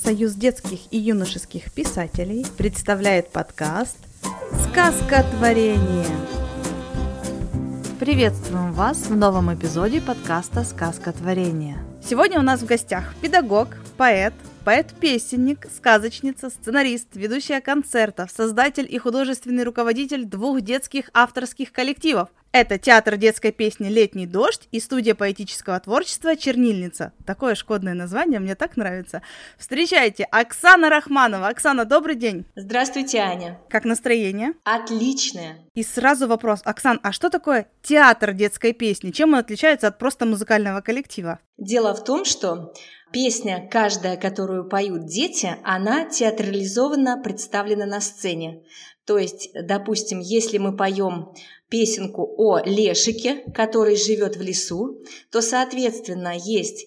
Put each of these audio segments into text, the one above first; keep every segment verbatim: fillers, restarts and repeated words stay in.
Союз детских и юношеских писателей представляет подкаст «Сказкотворение». Приветствуем вас в новом эпизоде подкаста «Сказкотворение». Сегодня у нас в гостях педагог, поэт, поэт-песенник, сказочница, сценарист, ведущая концертов, создатель и художественный руководитель двух детских авторских коллективов. Это театр детской песни «Летний дождь» и студия поэтического творчества «Чернильница». Такое шкодное название, мне так нравится. Встречайте, Оксана Рахманова. Оксана, добрый день. Здравствуйте, Аня. Как настроение? Отличное. И сразу вопрос. Оксан, а что такое театр детской песни? Чем он отличается от просто музыкального коллектива? Дело в том, что песня, каждая, которую поют дети, она театрализованно представлена на сцене. То есть, допустим, если мы поем песенку о Лешике, который живет в лесу, то, соответственно, есть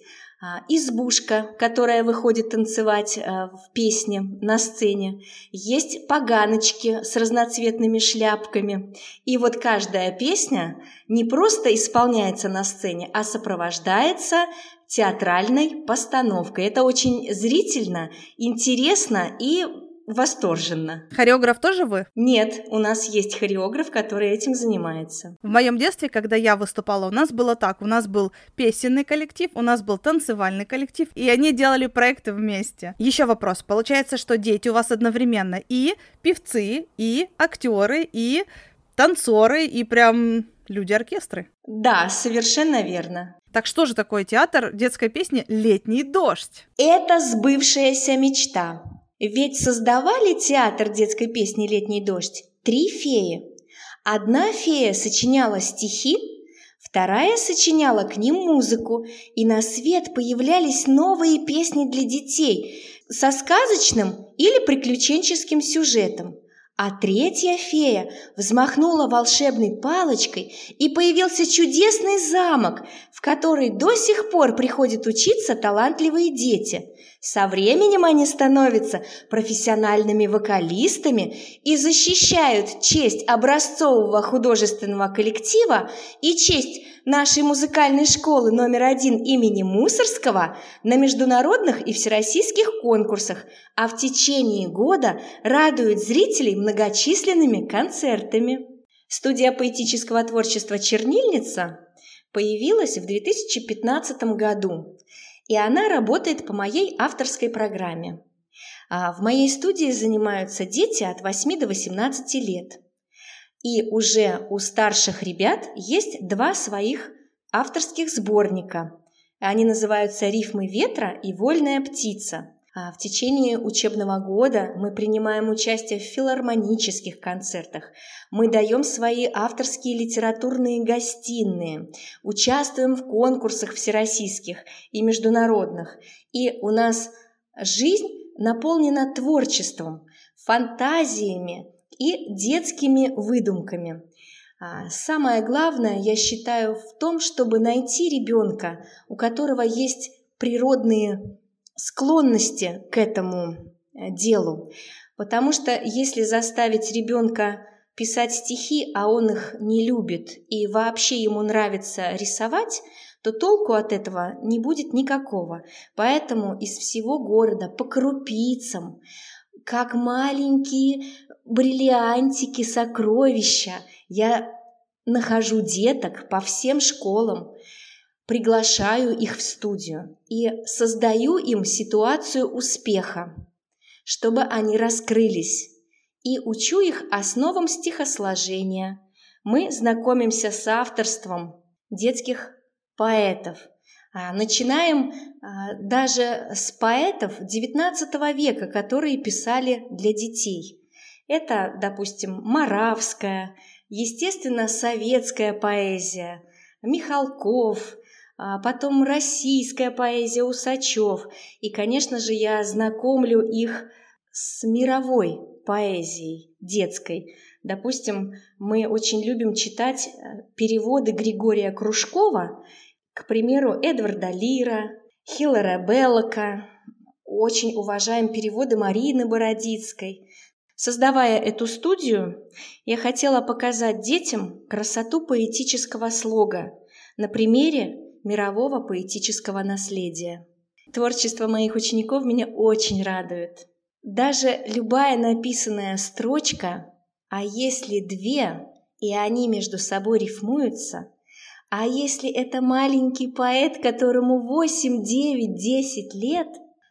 избушка, которая выходит танцевать в песне на сцене, есть поганочки с разноцветными шляпками. И вот каждая песня не просто исполняется на сцене, а сопровождается театральной постановкой. Это очень зрительно, интересно и восторженно. Хореограф тоже вы? Нет, у нас есть хореограф, который этим занимается. В моем детстве, когда я выступала, у нас было так. У нас был песенный коллектив, у нас был танцевальный коллектив, и они делали проекты вместе. Еще вопрос. Получается, что дети у вас одновременно и певцы, и актеры, и танцоры, и прям люди-оркестры. Да, совершенно верно. Так что же такое театр детской песни «Летний дождь»? Это сбывшаяся мечта. Ведь создавали театр детской песни «Летний дождь» три феи. Одна фея сочиняла стихи, вторая сочиняла к ним музыку, и на свет появлялись новые песни для детей со сказочным или приключенческим сюжетом. А третья фея взмахнула волшебной палочкой, и появился чудесный замок, в который до сих пор приходят учиться талантливые дети. Со временем они становятся профессиональными вокалистами и защищают честь образцового художественного коллектива и честь нашей музыкальной школы номер один имени Мусорского на международных и всероссийских конкурсах, а в течение года радуют зрителей многочисленными концертами. Студия поэтического творчества «Чернильница» появилась в две тысячи пятнадцатом году. И она работает по моей авторской программе. А в моей студии занимаются дети от восьми до восемнадцати лет. И уже у старших ребят есть два своих авторских сборника. Они называются «Рифмы ветра» и «Вольная птица». А в течение учебного года мы принимаем участие в филармонических концертах, мы даем свои авторские литературные гостиные, участвуем в конкурсах всероссийских и международных. И у нас жизнь наполнена творчеством, фантазиями и детскими выдумками. А самое главное, я считаю, в том, чтобы найти ребенка, у которого есть природные склонности к этому делу. Потому что если заставить ребенка писать стихи, а он их не любит и вообще ему нравится рисовать, то толку от этого не будет никакого. Поэтому из всего города по крупицам, как маленькие бриллиантики, сокровища, я нахожу деток по всем школам, приглашаю их в студию и создаю им ситуацию успеха, чтобы они раскрылись, и учу их основам стихосложения. Мы знакомимся с авторством детских поэтов. Начинаем даже с поэтов девятнадцатого века, которые писали для детей. Это, допустим, Моравская, естественно, советская поэзия, Михалков, потом российская поэзия, Усачев. И, конечно же, я знакомлю их с мировой поэзией детской. Допустим, мы очень любим читать переводы Григория Кружкова, к примеру, Эдварда Лира, Хиллера Беллока. Очень уважаем переводы Марины Бородицкой. Создавая эту студию, я хотела показать детям красоту поэтического слога на примере мирового поэтического наследия. Творчество моих учеников меня очень радует. Даже любая написанная строчка, а если две, и они между собой рифмуются, а если это маленький поэт, которому восемь, девять, десять лет,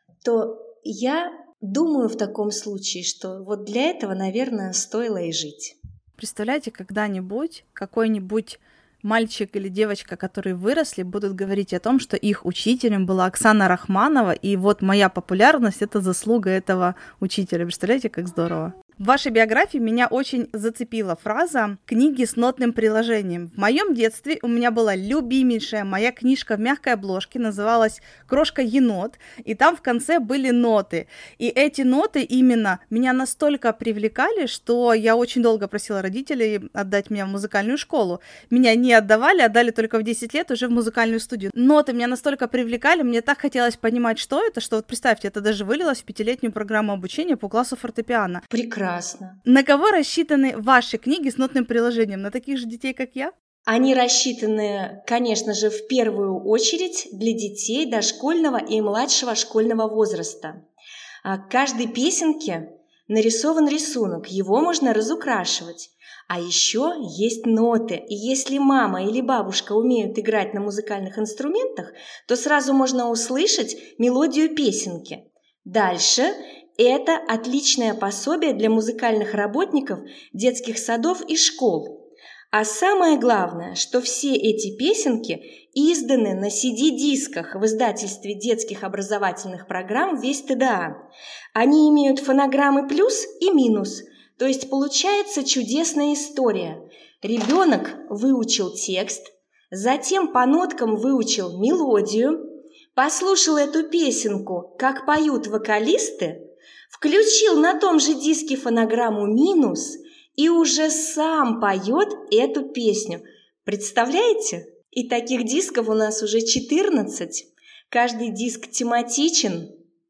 то я думаю в таком случае, что вот для этого, наверное, стоило и жить. Представляете, когда-нибудь какой-нибудь мальчик или девочка, которые выросли, будут говорить о том, что их учителем была Оксана Рахманова, и вот моя популярность — это заслуга этого учителя. Представляете, как здорово? В вашей биографии меня очень зацепила фраза «книги с нотным приложением». В моем детстве у меня была любимейшая моя книжка в мягкой обложке, называлась «Крошка-енот», и там в конце были ноты. И эти ноты именно меня настолько привлекали, что я очень долго просила родителей отдать меня в музыкальную школу. Меня не отдавали, отдали только в десять лет уже в музыкальную студию. Ноты меня настолько привлекали, мне так хотелось понимать, что это, что вот представьте, это даже вылилось в пятилетнюю программу обучения по классу фортепиано. Прекрасно. Прекрасно. На кого рассчитаны ваши книги с нотным приложением? На таких же детей, как я? Они рассчитаны, конечно же, в первую очередь для детей дошкольного и младшего школьного возраста. К каждой песенке нарисован рисунок, его можно разукрашивать. А еще есть ноты, и если мама или бабушка умеют играть на музыкальных инструментах, то сразу можно услышать мелодию песенки. Дальше это отличное пособие для музыкальных работников детских садов и школ. А самое главное, что все эти песенки изданы на си ди-дисках в издательстве детских образовательных программ «Весь тэ дэ а». Они имеют фонограммы плюс и минус, то есть получается чудесная история. Ребенок выучил текст, затем по ноткам выучил мелодию, послушал эту песенку, как поют вокалисты, включил на том же диске фонограмму минус и уже сам поет эту песню. Представляете? И таких дисков у нас уже четырнадцать. Каждый диск тематичен.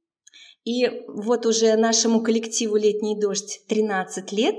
И вот уже нашему коллективу «Летний дождь» тринадцать лет.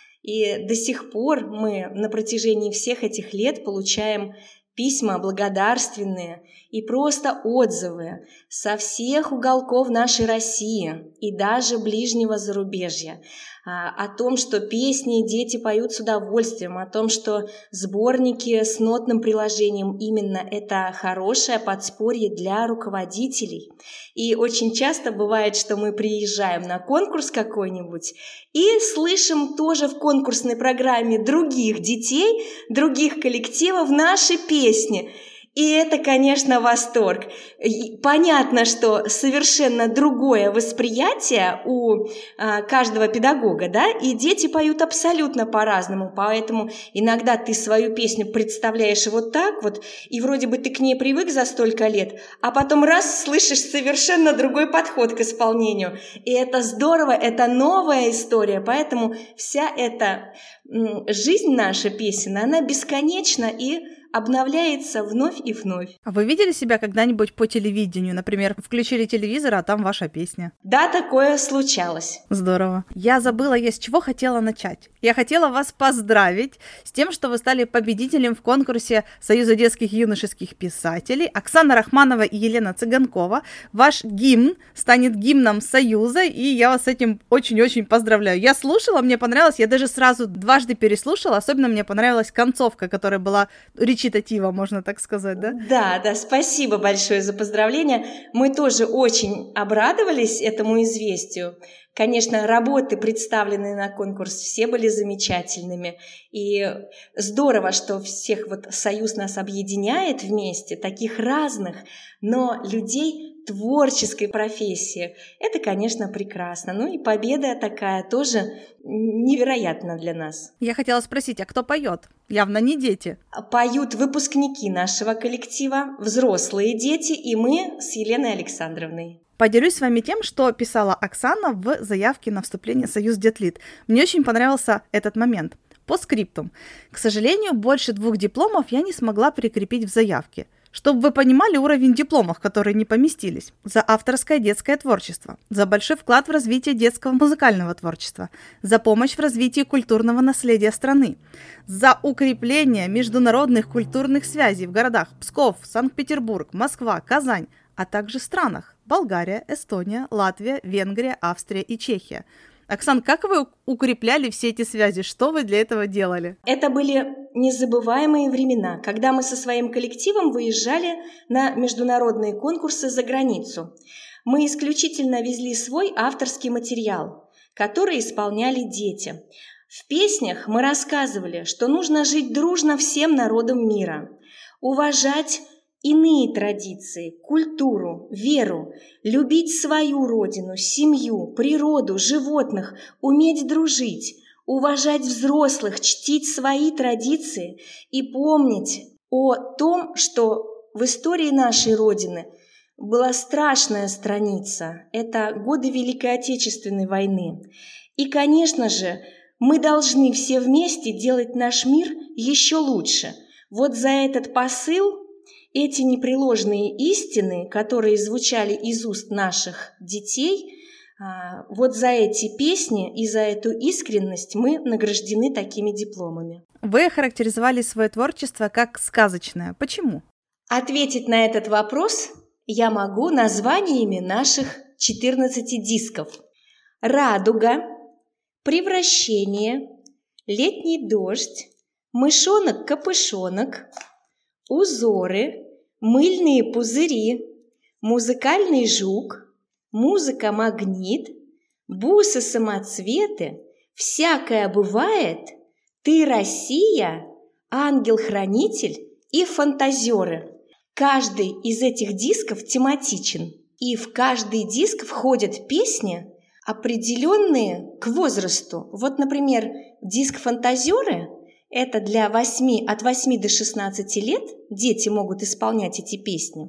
И до сих пор мы на протяжении всех этих лет получаем письма благодарственные и просто отзывы со всех уголков нашей России и даже ближнего зарубежья о том, что песни дети поют с удовольствием, о том, что сборники с нотным приложением именно это хорошее подспорье для руководителей. И очень часто бывает, что мы приезжаем на конкурс какой-нибудь и слышим тоже в конкурсной программе других детей, других коллективов наши песни. И это, конечно, восторг. Понятно, что совершенно другое восприятие у а, каждого педагога, да, и дети поют абсолютно по-разному, поэтому иногда ты свою песню представляешь вот так вот, и вроде бы ты к ней привык за столько лет, а потом раз слышишь совершенно другой подход к исполнению. И это здорово, это новая история, поэтому вся эта м, жизнь наша песенная, она бесконечна и обновляется вновь и вновь. А вы видели себя когда-нибудь по телевидению? Например, включили телевизор, а там ваша песня? Да, такое случалось. Здорово. Я забыла, я с чего хотела начать. Я хотела вас поздравить с тем, что вы стали победителем в конкурсе Союза детских и юношеских писателей. Оксана Рахманова и Елена Цыганкова. Ваш гимн станет гимном Союза, и я вас с этим очень-очень поздравляю. Я слушала, мне понравилось, я даже сразу дважды переслушала, особенно мне понравилась концовка, которая была речитатива, можно так сказать, да? Да, да, спасибо большое за поздравления. Мы тоже очень обрадовались этому известию. Конечно, работы, представленные на конкурс, все были замечательными. И здорово, что всех вот союз нас объединяет вместе, таких разных, но людей творческой профессии. Это, конечно, прекрасно. Ну и победа такая тоже невероятна для нас. Я хотела спросить, а кто поет? Явно не дети. Поют выпускники нашего коллектива, взрослые дети и мы с Еленой Александровной. Поделюсь с вами тем, что писала Оксана в заявке на вступление в Союз Детлит. Мне очень понравился этот момент. По скриптум. К сожалению, больше двух дипломов я не смогла прикрепить в заявке. Чтобы вы понимали уровень дипломов, которые не поместились. За авторское детское творчество, за большой вклад в развитие детского музыкального творчества, за помощь в развитии культурного наследия страны, за укрепление международных культурных связей в городах Псков, Санкт-Петербург, Москва, Казань, а также странах Болгария, Эстония, Латвия, Венгрия, Австрия и Чехия. Оксан, как вы укрепляли все эти связи? Что вы для этого делали? Это были незабываемые времена, когда мы со своим коллективом выезжали на международные конкурсы за границу. Мы исключительно везли свой авторский материал, который исполняли дети. В песнях мы рассказывали, что нужно жить дружно всем народам мира, уважать иные традиции, культуру, веру, любить свою родину, семью, природу, животных, уметь дружить, уважать взрослых, чтить свои традиции и помнить о том, что в истории нашей Родины была страшная страница. Это годы Великой Отечественной войны. И, конечно же, мы должны все вместе делать наш мир еще лучше. Вот за этот посыл эти непреложные истины, которые звучали из уст наших детей, вот за эти песни и за эту искренность мы награждены такими дипломами. Вы охарактеризовали свое творчество как сказочное. Почему? Ответить на этот вопрос я могу названиями наших четырнадцати дисков. «Радуга», «Превращение», «Летний дождь», «Мышонок-капышонок», «Узоры», «Мыльные пузыри», «Музыкальный жук», «Музыка-магнит», «Бусы-самоцветы», «Всякое бывает», «Ты, Россия», «Ангел-хранитель» и «Фантазеры». Каждый из этих дисков тематичен, и в каждый диск входят песни, определенные к возрасту. Вот, например, диск «Фантазеры» – это для восьми, от восьми до шестнадцати лет дети могут исполнять эти песни.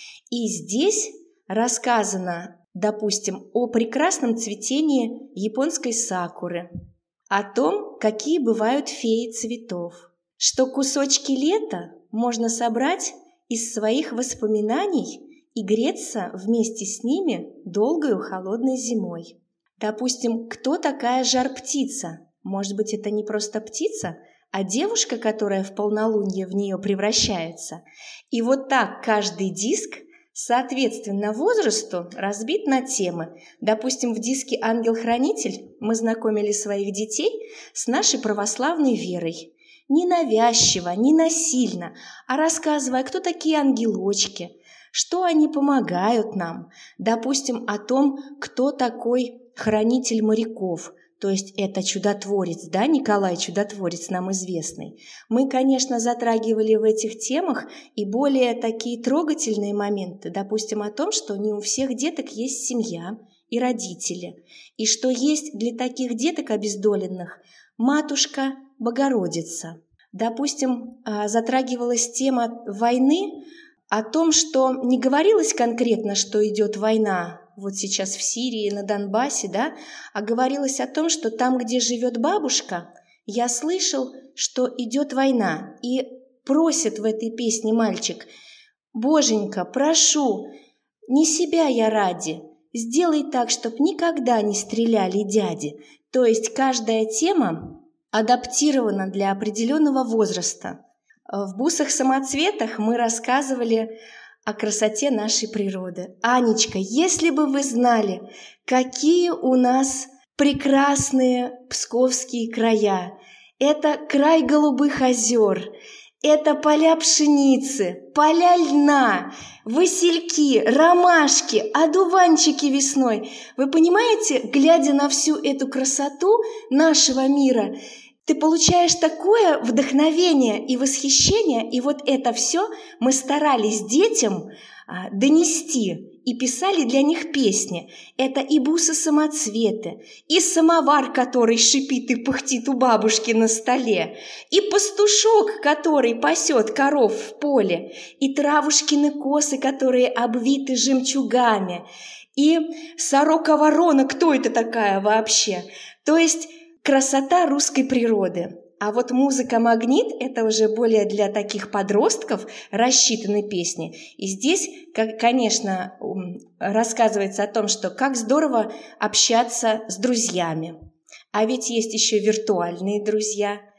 И здесь рассказано, допустим, о прекрасном цветении японской сакуры, о том, какие бывают феи цветов, что кусочки лета можно собрать из своих воспоминаний и греться вместе с ними долгою холодной зимой. Допустим, кто такая жар-птица? Может быть, это не просто птица, а девушка, которая в полнолуние в нее превращается. И вот так каждый диск, соответственно возрасту, разбит на темы. Допустим, в диске «Ангел-хранитель» мы знакомили своих детей с нашей православной верой. Ненавязчиво, не насильно, а рассказывая, кто такие ангелочки, что они помогают нам. Допустим, о том, кто такой хранитель моряков, то есть это чудотворец, да, Николай Чудотворец нам известный. Мы, конечно, затрагивали в этих темах и более такие трогательные моменты, допустим, о том, что не у всех деток есть семья и родители, и что есть для таких деток обездоленных матушка Богородица. Допустим, затрагивалась тема войны, о том, что не говорилось конкретно, что идет война, вот сейчас в Сирии, на Донбассе, да, а говорилось о том, что там, где живет бабушка, я слышал, что идет война. И просит в этой песне мальчик: «Боженька, прошу, не себя я ради, сделай так, чтоб никогда не стреляли дяди». То есть каждая тема адаптирована для определенного возраста. В «Бусах-самоцветах» мы рассказывали о красоте нашей природы. Анечка, если бы вы знали, какие у нас прекрасные псковские края. Это край голубых озер, это поля пшеницы, поля льна, васильки, ромашки, одуванчики весной. Вы понимаете, глядя на всю эту красоту нашего мира, ты получаешь такое вдохновение и восхищение, и вот это все мы старались детям а, донести и писали для них песни. Это и бусы-самоцветы, и самовар, который шипит и пыхтит у бабушки на столе, и пастушок, который пасет коров в поле, и травушкины косы, которые обвиты жемчугами, и сорока-ворона, кто это такая вообще? То есть красота русской природы. А вот музыка-магнит – это уже более для таких подростков рассчитанные песни. И здесь, конечно, рассказывается о том, что как здорово общаться с друзьями. А ведь есть еще виртуальные друзья.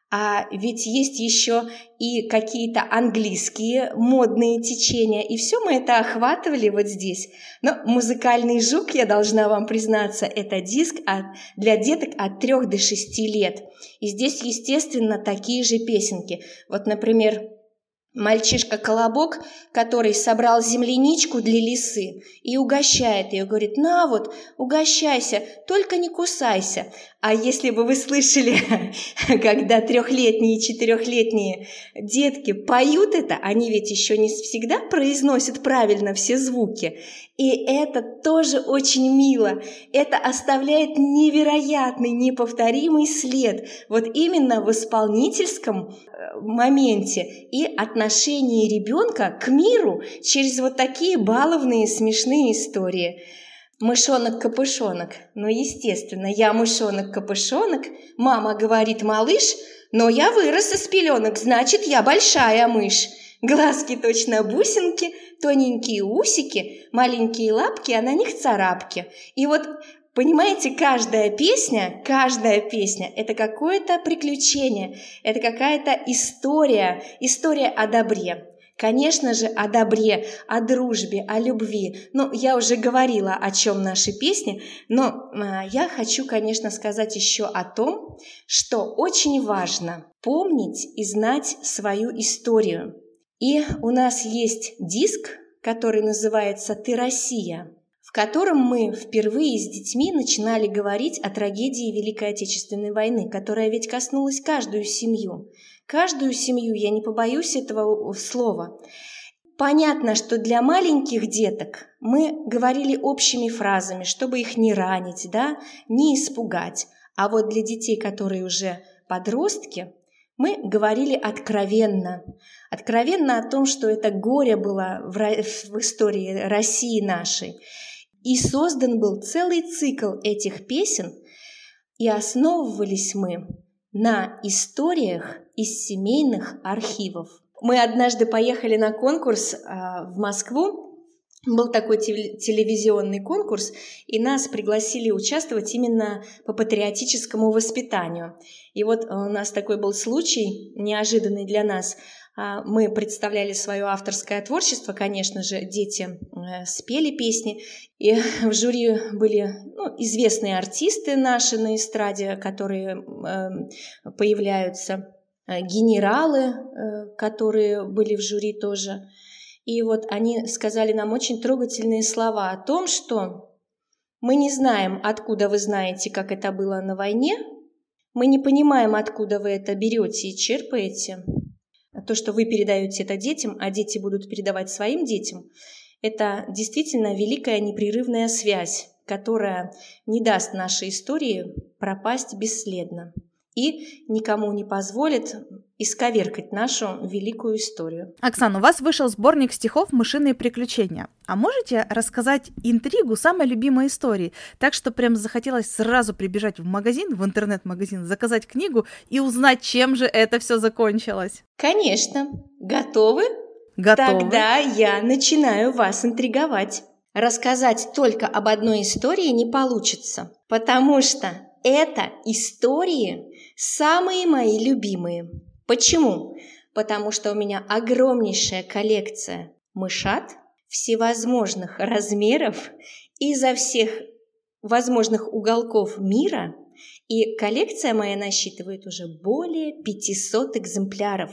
А ведь есть еще и какие-то английские модные течения, и все мы это охватывали вот здесь. Но «Музыкальный жук», я должна вам признаться, это диск для деток от трёх до шести лет. И здесь, естественно, такие же песенки. Вот, например, мальчишка-колобок, который собрал земляничку для лисы и угощает ее, говорит: на вот, угощайся, только не кусайся. А если бы вы слышали, когда трехлетние и четырехлетние детки поют это, они ведь еще не всегда произносят правильно все звуки. И это тоже очень мило. Это оставляет невероятный, неповторимый след вот именно в исполнительском моменте и отношении ребенка к миру через вот такие баловные смешные истории. Мышонок-капышонок. Ну, естественно, я мышонок-капышонок. Мама говорит: малыш, но я вырос из пеленок, значит, я большая мышь. Глазки точно бусинки, тоненькие усики, маленькие лапки, а на них царапки. И вот, понимаете, каждая песня, каждая песня – это какое-то приключение, это какая-то история, история о добре. Конечно же, о добре, о дружбе, о любви. Ну, я уже говорила, о чем наши песни, но э, я хочу, конечно, сказать еще о том, что очень важно помнить и знать свою историю. И у нас есть диск, который называется «Ты, Россия», в котором мы впервые с детьми начинали говорить о трагедии Великой Отечественной войны, которая ведь коснулась каждую семью. Каждую семью, я не побоюсь этого слова. Понятно, что для маленьких деток мы говорили общими фразами, чтобы их не ранить, да, не испугать. А вот для детей, которые уже подростки, мы говорили откровенно. Откровенно о том, что это горе было в, в истории России нашей. И создан был целый цикл этих песен, и основывались мы на историях из семейных архивов. Мы однажды поехали на конкурс а, в Москву. Был такой телевизионный конкурс, и нас пригласили участвовать именно по патриотическому воспитанию. И вот у нас такой был случай, неожиданный для нас. Мы представляли свое авторское творчество, конечно же, дети спели песни, и в жюри были ну, известные артисты наши на эстраде, которые э, появляются, генералы, э, которые были в жюри тоже. И вот они сказали нам очень трогательные слова о том, что мы не знаем, откуда вы знаете, как это было на войне, мы не понимаем, откуда вы это берете и черпаете. То, что вы передаете это детям, а дети будут передавать своим детям, это действительно великая непрерывная связь, которая не даст нашей истории пропасть бесследно и никому не позволит исковеркать нашу великую историю. Оксана, у вас вышел сборник стихов «Мышиные приключения». А можете рассказать интригу самой любимой истории, так что прям захотелось сразу прибежать в магазин, в интернет-магазин, заказать книгу и узнать, чем же это все закончилось? Конечно. Готовы? Готовы. Тогда я начинаю вас интриговать. Рассказать только об одной истории не получится, потому что это истории самые мои любимые. Почему? Потому что у меня огромнейшая коллекция мышат всевозможных размеров изо всех возможных уголков мира, и коллекция моя насчитывает уже более пятисот экземпляров.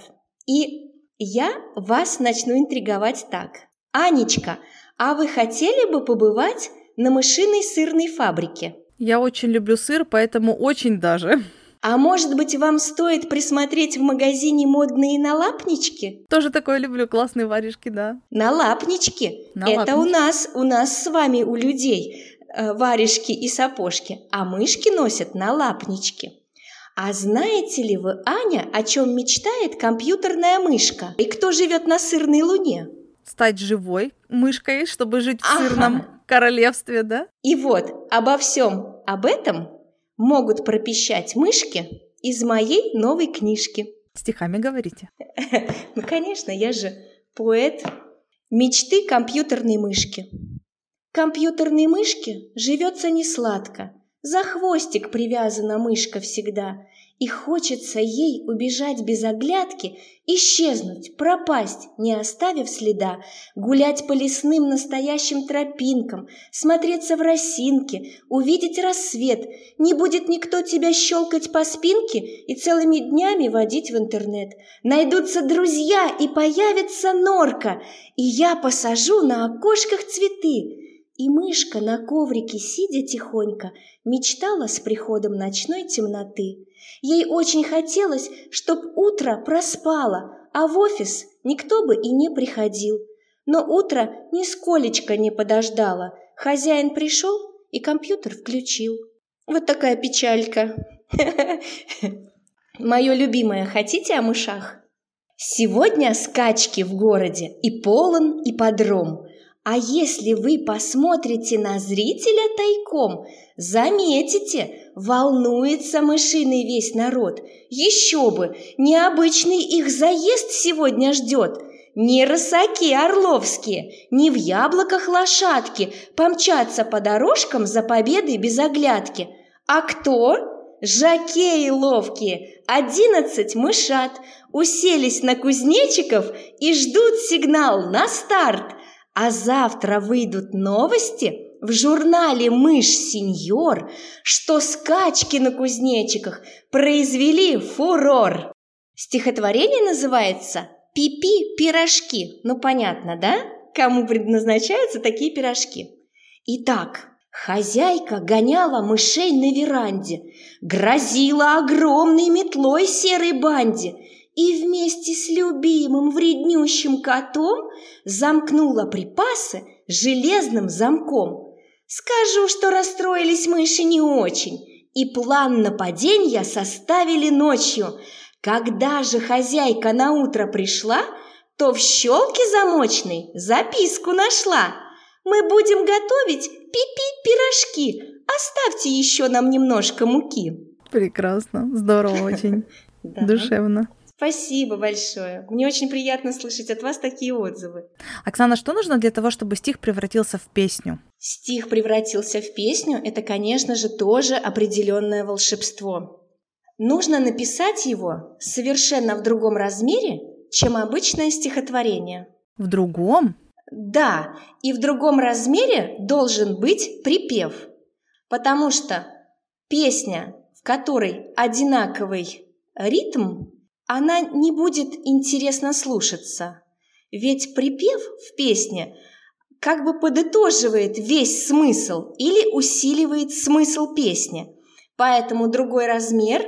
И я вас начну интриговать так. Анечка, а вы хотели бы побывать на мышиной сырной фабрике? Я очень люблю сыр, поэтому очень даже. А может быть, вам стоит присмотреть в магазине модные налапнички? Тоже такое люблю, классные варежки, да. Налапнички. Налапнички. Это у нас, у нас с вами, у людей, э, варежки и сапожки, а мышки носят налапнички. А знаете ли вы, Аня, о чем мечтает компьютерная мышка? И кто живет на сырной луне? Стать живой мышкой, чтобы жить в Ага. сырном королевстве, да? И вот, обо всем об этом могут пропищать мышки из моей новой книжки. Стихами говорите. Ну, конечно, я же поэт. Мечты компьютерной мышки. Компьютерной мышке живется несладко. За хвостик привязана мышка всегда, и хочется ей убежать без оглядки, исчезнуть, пропасть, не оставив следа, гулять по лесным настоящим тропинкам, смотреться в росинки, увидеть рассвет. Не будет никто тебя щелкать по спинке и целыми днями водить в интернет. Найдутся друзья и появится норка, и я посажу на окошках цветы. И мышка на коврике, сидя тихонько, мечтала с приходом ночной темноты. Ей очень хотелось, чтоб утро проспало, а в офис никто бы и не приходил. Но утро нисколечко не подождало. Хозяин пришел и компьютер включил. Вот такая печалька. Мое любимое хотите о мышах? Сегодня скачки в городе и полон ипподром. А если вы посмотрите на зрителя тайком, заметите, волнуется мышиный весь народ. Еще бы, необычный их заезд сегодня ждет. Не рысаки орловские, не в яблоках лошадки помчатся по дорожкам за победой без оглядки. А кто? Жокеи ловкие, одиннадцать мышат, уселись на кузнечиков и ждут сигнал на старт. А завтра выйдут новости в журнале «Мышь-сеньор», что скачки на кузнечиках произвели фурор. Стихотворение называется «Пипи-пирожки». Ну, понятно, да? Кому предназначаются такие пирожки? Итак, хозяйка гоняла мышей на веранде, грозила огромной метлой серой банде и вместе с любимым вреднющим котом замкнула припасы железным замком. Скажу, что расстроились мыши не очень, и план нападения составили ночью. Когда же хозяйка наутро пришла, то в щелке замочной записку нашла: «Мы будем готовить пипи-пирожки, оставьте еще нам немножко муки». Прекрасно, здорово очень, душевно. Спасибо большое. Мне очень приятно слышать от вас такие отзывы. Оксана, что нужно для того, чтобы стих превратился в песню? Стих превратился в песню – это, конечно же, тоже определенное волшебство. Нужно написать его совершенно в другом размере, чем обычное стихотворение. В другом? Да, и в другом размере должен быть припев, потому что песня, в которой одинаковый ритм, она не будет интересно слушаться. Ведь припев в песне как бы подытоживает весь смысл или усиливает смысл песни. Поэтому другой размер,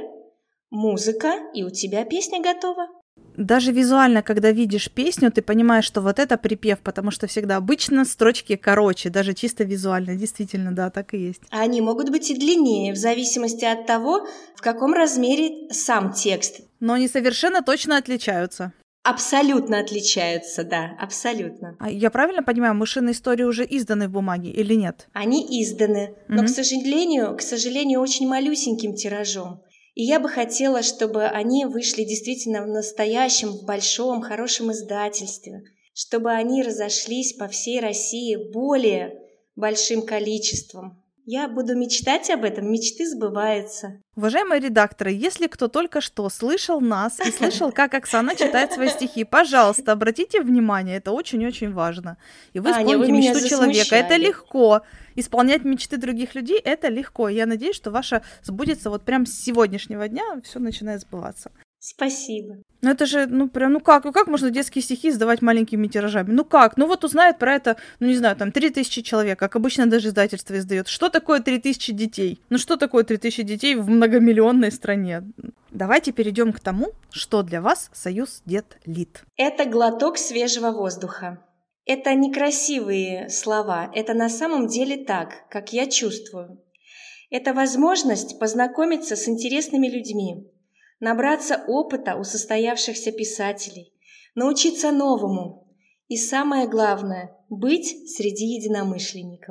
музыка, и у тебя песня готова. Даже визуально, когда видишь песню, ты понимаешь, что вот это припев, потому что всегда обычно строчки короче, даже чисто визуально. Действительно, да, так и есть. Они могут быть и длиннее, в зависимости от того, в каком размере сам текст. Но они совершенно точно отличаются. Абсолютно отличаются, да, абсолютно. А я правильно понимаю, мышиные истории уже изданы в бумаге или нет? Они изданы, но, Мгм. к сожалению, к сожалению, очень малюсеньким тиражом. И я бы хотела, чтобы они вышли действительно в настоящем, в большом, хорошем издательстве, чтобы они разошлись по всей России более большим количеством. Я буду мечтать об этом, мечты сбываются. Уважаемые редакторы, если кто только что слышал нас и слышал, как Оксана читает свои стихи, пожалуйста, обратите внимание, это очень-очень важно. И вы Аня, исполните вы меня мечту человека. Это засмущали. легко. Исполнять мечты других людей – это легко. Я надеюсь, что ваша сбудется вот прям с сегодняшнего дня, все начинает сбываться. Спасибо. Ну это же, ну прям, ну как, ну как можно детские стихи сдавать маленькими тиражами? Ну как? Ну вот узнает про это, ну не знаю, там три тысячи человек, как обычно даже издательство издает. Что такое три тысячи детей? Ну что такое три тысячи детей в многомиллионной стране? Давайте перейдем к тому, что для вас Союз Дет-Лит. Это глоток свежего воздуха. Это некрасивые слова, это на самом деле так, как я чувствую. Это возможность познакомиться с интересными людьми, набраться опыта у состоявшихся писателей, научиться новому и, самое главное, быть среди единомышленников.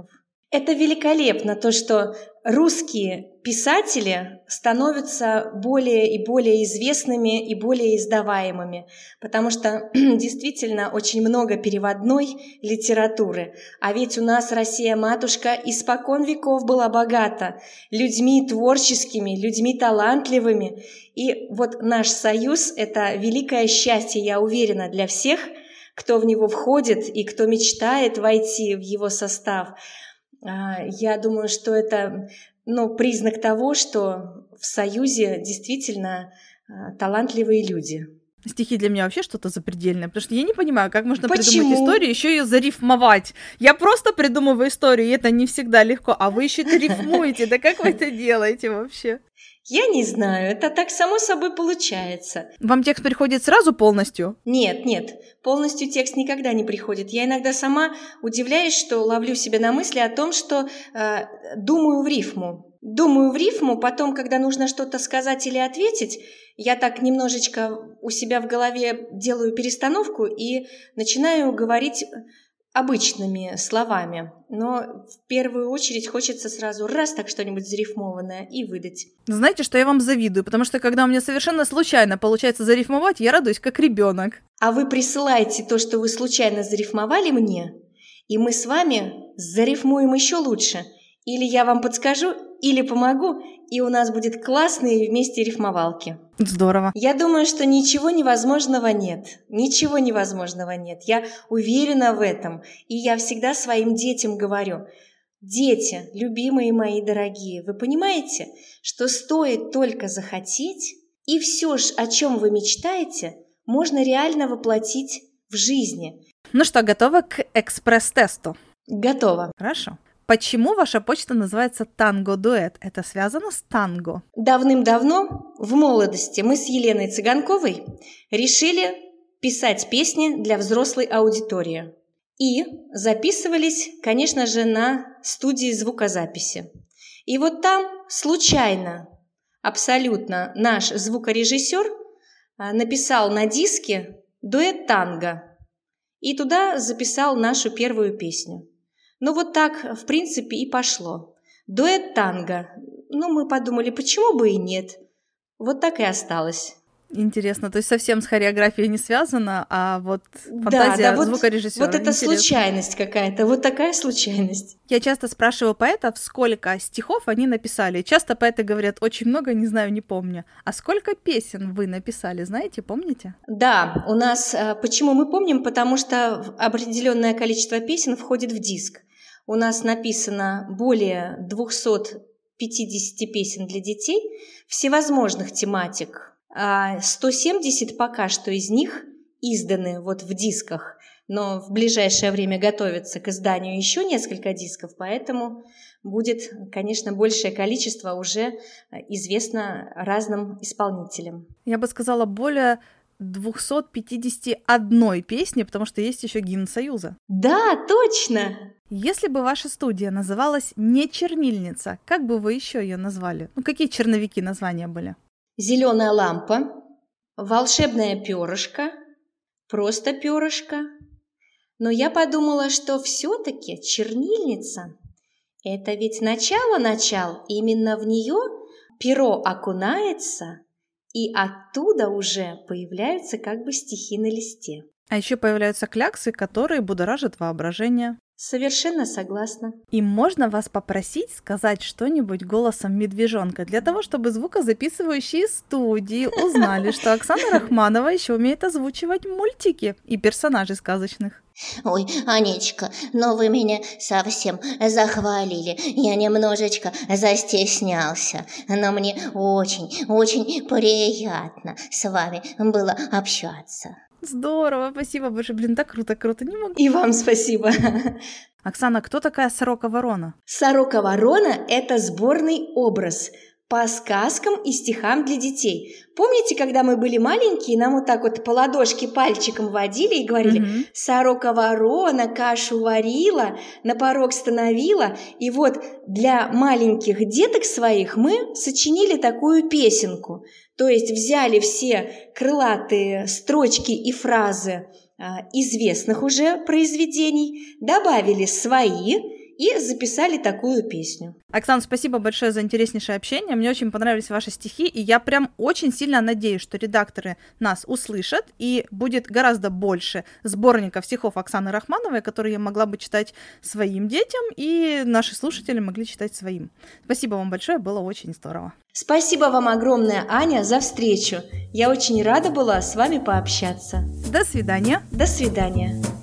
Это великолепно, то, что русские писатели становятся более и более известными и более издаваемыми, потому что действительно очень много переводной литературы. А ведь у нас Россия-матушка испокон веков была богата людьми творческими, людьми талантливыми. И вот наш союз – это великое счастье, я уверена, для всех, кто в него входит и кто мечтает войти в его состав. Я думаю, что это, ну, признак того, что в Союзе действительно талантливые люди. Стихи для меня вообще что-то запредельное, потому что я не понимаю, как можно Почему? придумать историю, еще ее зарифмовать. Я просто придумываю историю, и это не всегда легко, а вы еще это рифмуете. Да как вы это делаете вообще? Я не знаю, это так само собой получается. Вам текст приходит сразу полностью? Нет, нет, полностью текст никогда не приходит. Я иногда сама удивляюсь, что ловлю себя на мысли о том, что э, думаю в рифму. Думаю в рифму, потом, когда нужно что-то сказать или ответить, я так немножечко у себя в голове делаю перестановку и начинаю говорить обычными словами. Но в первую очередь хочется сразу раз так что-нибудь зарифмованное и выдать. Знаете, что я вам завидую, потому что когда у меня совершенно случайно получается зарифмовать, я радуюсь как ребенок. А вы присылаете то, что вы случайно зарифмовали мне, и мы с вами зарифмуем еще лучше. Или я вам подскажу, или помогу, и у нас будет классные вместе рифмовалки. Здорово. Я думаю, что ничего невозможного нет. Ничего невозможного нет. Я уверена в этом. И я всегда своим детям говорю: дети, любимые мои дорогие, вы понимаете, что стоит только захотеть, и все, о чем вы мечтаете, можно реально воплотить в жизни. Ну что, готова к экспресс-тесту? Готово. Хорошо. Почему ваша почта называется «Танго-дуэт»? Это связано с танго? Давным-давно, в молодости, мы с Еленой Цыганковой решили писать песни для взрослой аудитории. И записывались, конечно же, на студии звукозаписи. И вот там случайно, абсолютно, наш звукорежиссер написал на диске дуэт танго и туда записал нашу первую песню. Ну вот так, в принципе, и пошло. Дуэт танго. Ну, мы подумали, почему бы и нет. Вот так и осталось. Интересно, то есть совсем с хореографией не связано, а вот фантазия да, да, вот, звукорежиссера. Вот это интересно. Случайность какая-то, вот такая случайность. Я часто спрашиваю поэтов, сколько стихов они написали. Часто поэты говорят: очень много, не знаю, не помню. А сколько песен вы написали, знаете, помните? Да, у нас, почему мы помним? Потому что определенное количество песен входит в диск. У нас написано более двести пятьдесят песен для детей, всевозможных тематик. сто семьдесят пока что из них изданы вот в дисках, но в ближайшее время готовится к изданию еще несколько дисков, поэтому будет, конечно, большее количество уже известно разным исполнителям. Я бы сказала, более двести пятьдесят одной песни, потому что есть еще гимн Союза. Да, точно! Если бы ваша студия называлась не «Чернильница», как бы вы еще ее назвали? Ну, какие черновики названия были? «Зеленая лампа», «Волшебное перышко», «Просто перышко». Но я подумала, что все-таки чернильница – это ведь начало-начал, именно в нее перо окунается, и оттуда уже появляются как бы стихи на листе. А еще появляются кляксы, которые будоражат воображение. Совершенно согласна. И можно вас попросить сказать что-нибудь голосом медвежонка, для того, чтобы звукозаписывающие студии узнали, что Оксана Рахманова еще умеет озвучивать мультики и персонажей сказочных. Ой, Анечка, но вы меня совсем захвалили. Я немножечко застеснялся, но мне очень-очень приятно с вами было общаться. Здорово, спасибо большое. Блин, так круто, круто, не могу. И вам спасибо. Оксана, кто такая Сорока-ворона? Сорока-ворона – это сборный образ по сказкам и стихам для детей. Помните, когда мы были маленькие, нам вот так вот по ладошке пальчиком водили и говорили: mm-hmm. «Сорока-ворона кашу варила, на порог становила». И вот для маленьких деток своих мы сочинили такую песенку. То есть взяли все крылатые строчки и фразы а, известных уже произведений, добавили свои и записали такую песню. Оксана, спасибо большое за интереснейшее общение. Мне очень понравились ваши стихи, и я прям очень сильно надеюсь, что редакторы нас услышат, и будет гораздо больше сборников стихов Оксаны Рахмановой, которые я могла бы читать своим детям, и наши слушатели могли читать своим. Спасибо вам большое, было очень здорово. Спасибо вам огромное, Аня, за встречу. Я очень рада была с вами пообщаться. До свидания. До свидания.